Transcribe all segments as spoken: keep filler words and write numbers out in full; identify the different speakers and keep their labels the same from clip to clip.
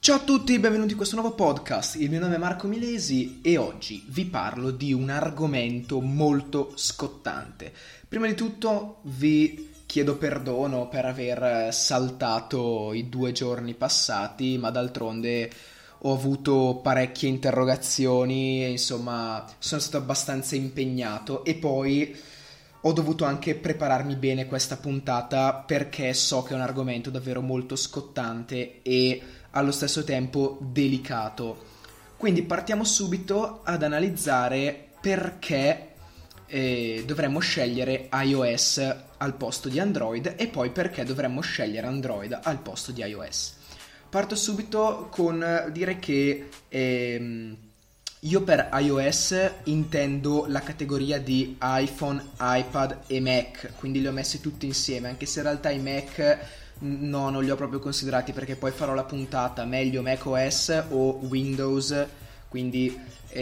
Speaker 1: Ciao a tutti, benvenuti in questo nuovo podcast. Il mio nome è Marco Milesi e oggi vi parlo di un argomento molto scottante. Prima di tutto vi chiedo perdono per aver saltato i due giorni passati, ma d'altronde ho avuto parecchie interrogazioni e insomma sono stato abbastanza impegnato e poi ho dovuto anche prepararmi bene questa puntata perché so che è un argomento davvero molto scottante e allo stesso tempo delicato. Quindi partiamo subito ad analizzare perché eh, dovremmo scegliere iOS al posto di Android e poi perché dovremmo scegliere Android al posto di iOS. Parto subito con dire che ehm, io per iOS intendo la categoria di iPhone, iPad e Mac, quindi li ho messi tutti insieme, anche se in realtà i Mac no, non li ho proprio considerati perché poi farò la puntata meglio macOS o Windows, quindi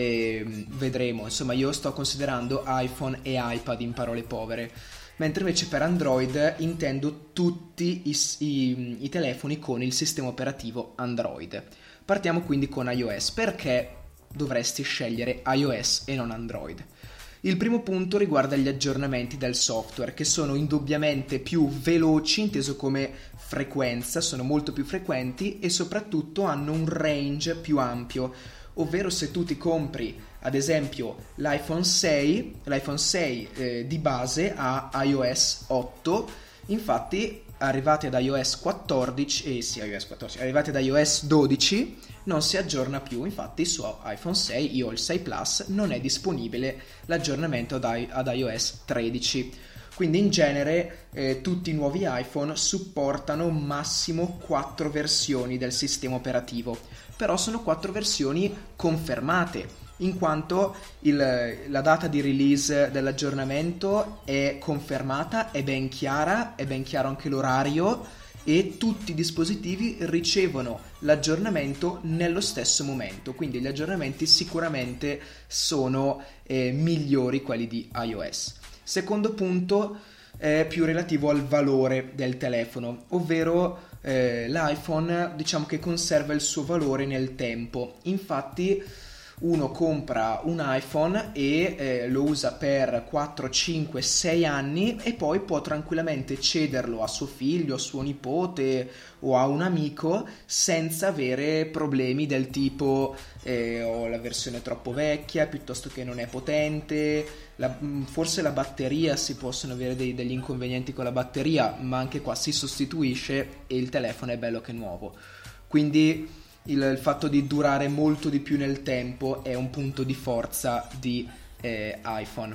Speaker 1: eh, vedremo. Insomma, io sto considerando iPhone e iPad in parole povere, mentre invece per Android intendo tutti i, i, i telefoni con il sistema operativo Android. Partiamo quindi con iOS. Perché dovresti scegliere iOS e non Android? Il primo punto riguarda gli aggiornamenti del software, che sono indubbiamente più veloci, inteso come frequenza, sono molto più frequenti e soprattutto hanno un range più ampio, ovvero se tu ti compri ad esempio l'iPhone sei, l'iPhone sei eh, di base ha iOS otto, infatti arrivati ad iOS quattordici, eh sì, iOS quattordici, arrivati ad iOS dodici non si aggiorna più, infatti su iPhone sei, io ho il sei Plus, non è disponibile l'aggiornamento ad, I- ad iOS tredici. Quindi in genere eh, tutti i nuovi iPhone supportano massimo quattro versioni del sistema operativo, però sono quattro versioni confermate, in quanto il, la data di release dell'aggiornamento è confermata, è ben chiara, è ben chiaro anche l'orario e tutti i dispositivi ricevono l'aggiornamento nello stesso momento, quindi gli aggiornamenti sicuramente sono eh, migliori quelli di iOS. Secondo punto è più relativo al valore del telefono, ovvero eh, l'iPhone diciamo che conserva il suo valore nel tempo. Infatti uno compra un iPhone e eh, lo usa per quattro, cinque, sei anni e poi può tranquillamente cederlo a suo figlio, a suo nipote o a un amico senza avere problemi del tipo eh, ho la versione troppo vecchia, piuttosto che non è potente, la, forse la batteria, si possono avere dei, degli inconvenienti con la batteria, ma anche qua si sostituisce e il telefono è bello che nuovo. Quindi Il, il fatto di durare molto di più nel tempo è un punto di forza di eh, iPhone.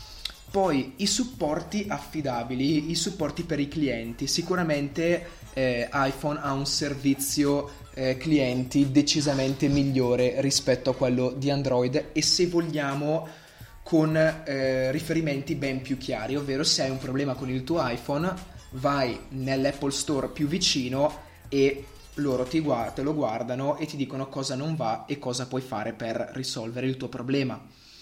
Speaker 1: Poi i supporti affidabili, i supporti per i clienti. Sicuramente eh, iPhone ha un servizio eh, clienti decisamente migliore rispetto a quello di Android e se vogliamo con eh, riferimenti ben più chiari, ovvero se hai un problema con il tuo iPhone vai nell'Apple Store più vicino e loro ti guard- te lo guardano e ti dicono cosa non va e cosa puoi fare per risolvere il tuo problema.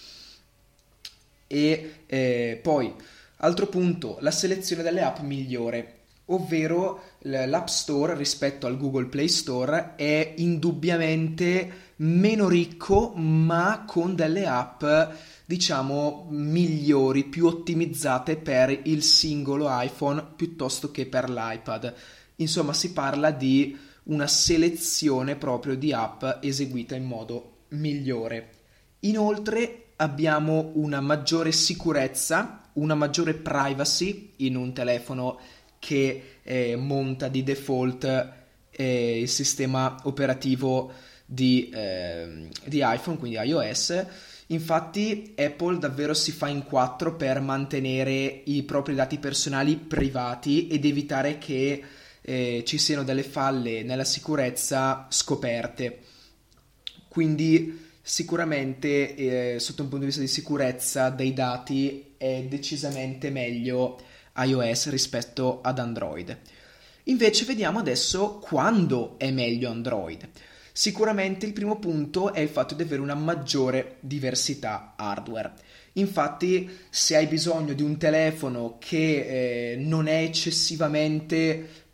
Speaker 1: E eh, poi, altro punto, la selezione delle app migliore, ovvero l'App Store rispetto al Google Play Store è indubbiamente meno ricco, ma con delle app diciamo migliori, più ottimizzate per il singolo iPhone piuttosto che per l'iPad. Insomma, si parla di una selezione proprio di app eseguita in modo migliore. Inoltre abbiamo una maggiore sicurezza, una maggiore privacy in un telefono che eh, monta di default eh, il sistema operativo di, eh, di iPhone, quindi iOS. Infatti Apple davvero si fa in quattro per mantenere i propri dati personali privati ed evitare che Eh, ci siano delle falle nella sicurezza scoperte. Quindi sicuramente eh, sotto un punto di vista di sicurezza dei dati è decisamente meglio iOS rispetto ad Android. Invece vediamo adesso quando è meglio Android. Sicuramente il primo punto è il fatto di avere una maggiore diversità hardware. Infatti, se hai bisogno di un telefono che eh, non è eccessivamente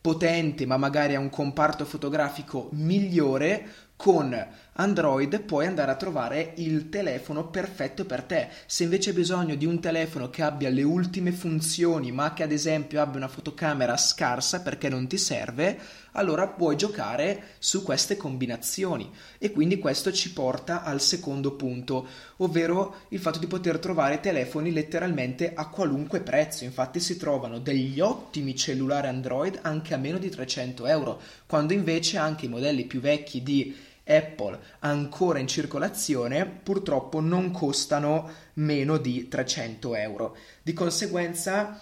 Speaker 1: potente ma magari ha un comparto fotografico migliore, con Android puoi andare a trovare il telefono perfetto per te. Se invece hai bisogno di un telefono che abbia le ultime funzioni ma che ad esempio abbia una fotocamera scarsa perché non ti serve, allora puoi giocare su queste combinazioni. E quindi questo ci porta al secondo punto, ovvero il fatto di poter trovare telefoni letteralmente a qualunque prezzo. Infatti si trovano degli ottimi cellulari Android anche a meno di trecento euro, quando invece anche i modelli più vecchi di Apple ancora in circolazione purtroppo non costano meno di trecento euro. Di conseguenza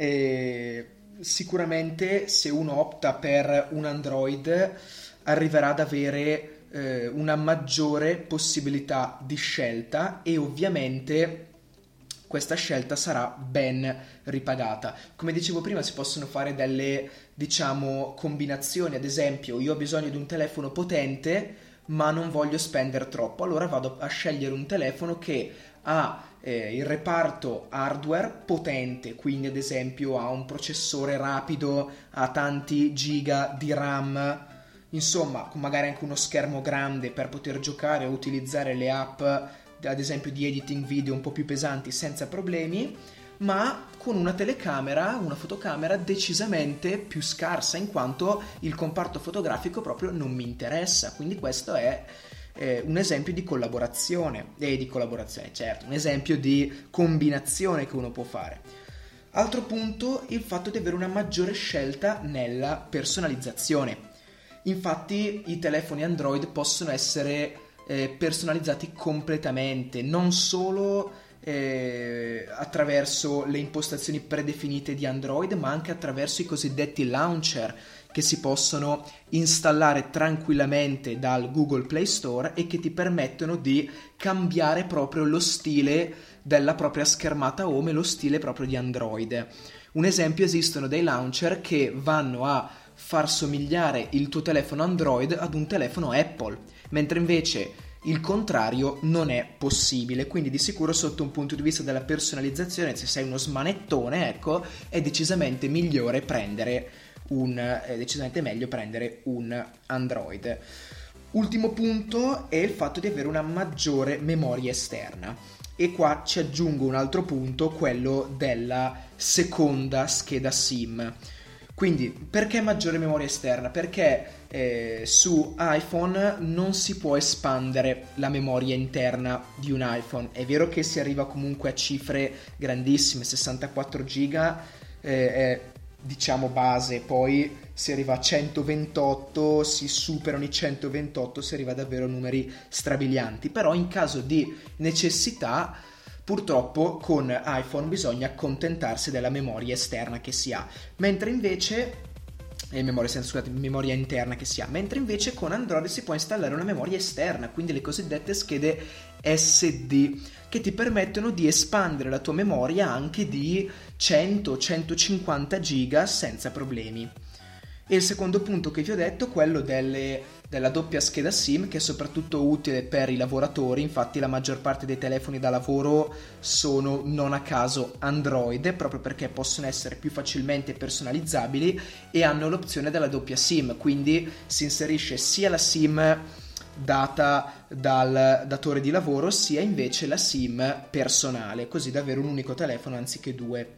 Speaker 1: eh, sicuramente se uno opta per un Android arriverà ad avere eh, una maggiore possibilità di scelta, e ovviamente questa scelta sarà ben ripagata. Come dicevo prima, si possono fare delle, diciamo, combinazioni. Ad esempio, io ho bisogno di un telefono potente ma non voglio spendere troppo, allora vado a scegliere un telefono che ha eh, il reparto hardware potente, quindi ad esempio ha un processore rapido, ha tanti giga di RAM, insomma con magari anche uno schermo grande per poter giocare o utilizzare le app ad esempio di editing video un po' più pesanti senza problemi, ma con una telecamera, una fotocamera decisamente più scarsa, in quanto il comparto fotografico proprio non mi interessa. Quindi questo è eh, un esempio di collaborazione, e eh, di collaborazione, certo, un esempio di combinazione che uno può fare. Altro punto, il fatto di avere una maggiore scelta nella personalizzazione. Infatti i telefoni Android possono essere eh, personalizzati completamente, non solo Eh, attraverso le impostazioni predefinite di Android, ma anche attraverso i cosiddetti launcher che si possono installare tranquillamente dal Google Play Store e che ti permettono di cambiare proprio lo stile della propria schermata home e lo stile proprio di Android. Un esempio: esistono dei launcher che vanno a far somigliare il tuo telefono Android ad un telefono Apple, mentre invece il contrario non è possibile. Quindi di sicuro sotto un punto di vista della personalizzazione, se sei uno smanettone, ecco, è decisamente migliore prendere un è decisamente meglio prendere un Android. Ultimo punto è il fatto di avere una maggiore memoria esterna, e qua ci aggiungo un altro punto, quello della seconda scheda SIM. Quindi perché maggiore memoria esterna? Perché eh, su iPhone non si può espandere la memoria interna di un iPhone. È vero che si arriva comunque a cifre grandissime, sessantaquattro giga eh, è diciamo base, poi si arriva a centoventotto, si superano i centoventotto, si arriva davvero a numeri strabilianti. Però in caso di necessità, purtroppo con iPhone bisogna accontentarsi della memoria esterna che si ha, mentre invece eh, memoria, scusate, memoria interna che si ha, mentre invece con Android si può installare una memoria esterna, quindi le cosiddette schede S D, che ti permettono di espandere la tua memoria anche di cento centocinquanta giga senza problemi. E il secondo punto che vi ho detto, quello delle, della doppia scheda SIM, che è soprattutto utile per i lavoratori. Infatti la maggior parte dei telefoni da lavoro sono non a caso Android, proprio perché possono essere più facilmente personalizzabili e hanno l'opzione della doppia SIM, quindi si inserisce sia la SIM data dal datore di lavoro sia invece la SIM personale, così da avere un unico telefono anziché due.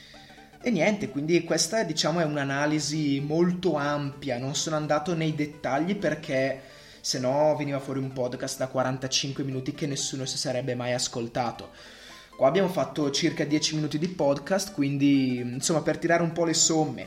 Speaker 1: E niente, quindi questa diciamo è un'analisi molto ampia, non sono andato nei dettagli perché se no veniva fuori un podcast da quarantacinque minuti che nessuno si sarebbe mai ascoltato. Qua abbiamo fatto circa dieci minuti di podcast, quindi insomma, per tirare un po' le somme,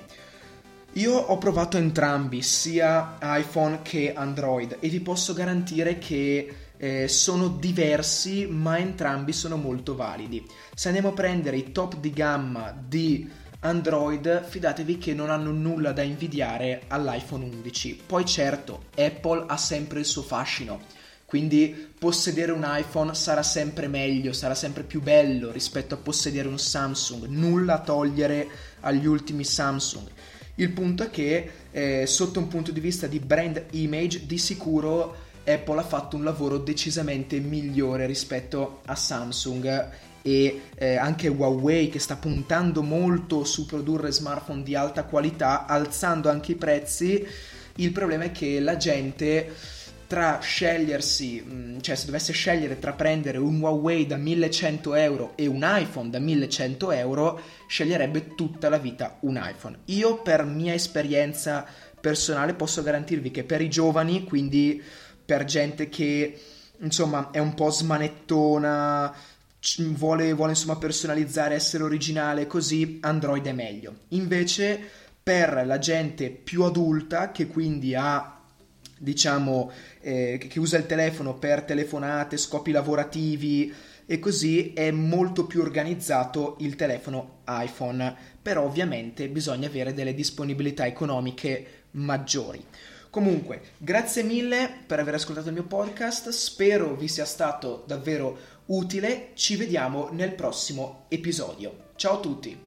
Speaker 1: io ho provato entrambi, sia iPhone che Android, e vi posso garantire che eh, sono diversi, ma entrambi sono molto validi. Se andiamo a prendere i top di gamma di Android, fidatevi che non hanno nulla da invidiare all'iPhone undici. Poi certo, Apple ha sempre il suo fascino, quindi possedere un iPhone sarà sempre meglio, sarà sempre più bello rispetto a possedere un Samsung, nulla a togliere agli ultimi Samsung. Il punto è che eh, sotto un punto di vista di brand image, di sicuro Apple ha fatto un lavoro decisamente migliore rispetto a Samsung e eh, anche Huawei che sta puntando molto su produrre smartphone di alta qualità, alzando anche i prezzi. Il problema è che la gente, tra scegliersi, cioè se dovesse scegliere tra prendere un Huawei da millecento euro e un iPhone da millecento euro, sceglierebbe tutta la vita un iPhone. Io, per mia esperienza personale, posso garantirvi che per i giovani, quindi per gente che insomma è un po' smanettona, vuole, vuole insomma personalizzare, essere originale, così Android è meglio. Invece per la gente più adulta, che quindi ha, diciamo, eh, che usa il telefono per telefonate, scopi lavorativi e così, è molto più organizzato il telefono iPhone, però ovviamente bisogna avere delle disponibilità economiche maggiori. Comunque, grazie mille per aver ascoltato il mio podcast, spero vi sia stato davvero utile, ci vediamo nel prossimo episodio. Ciao a tutti!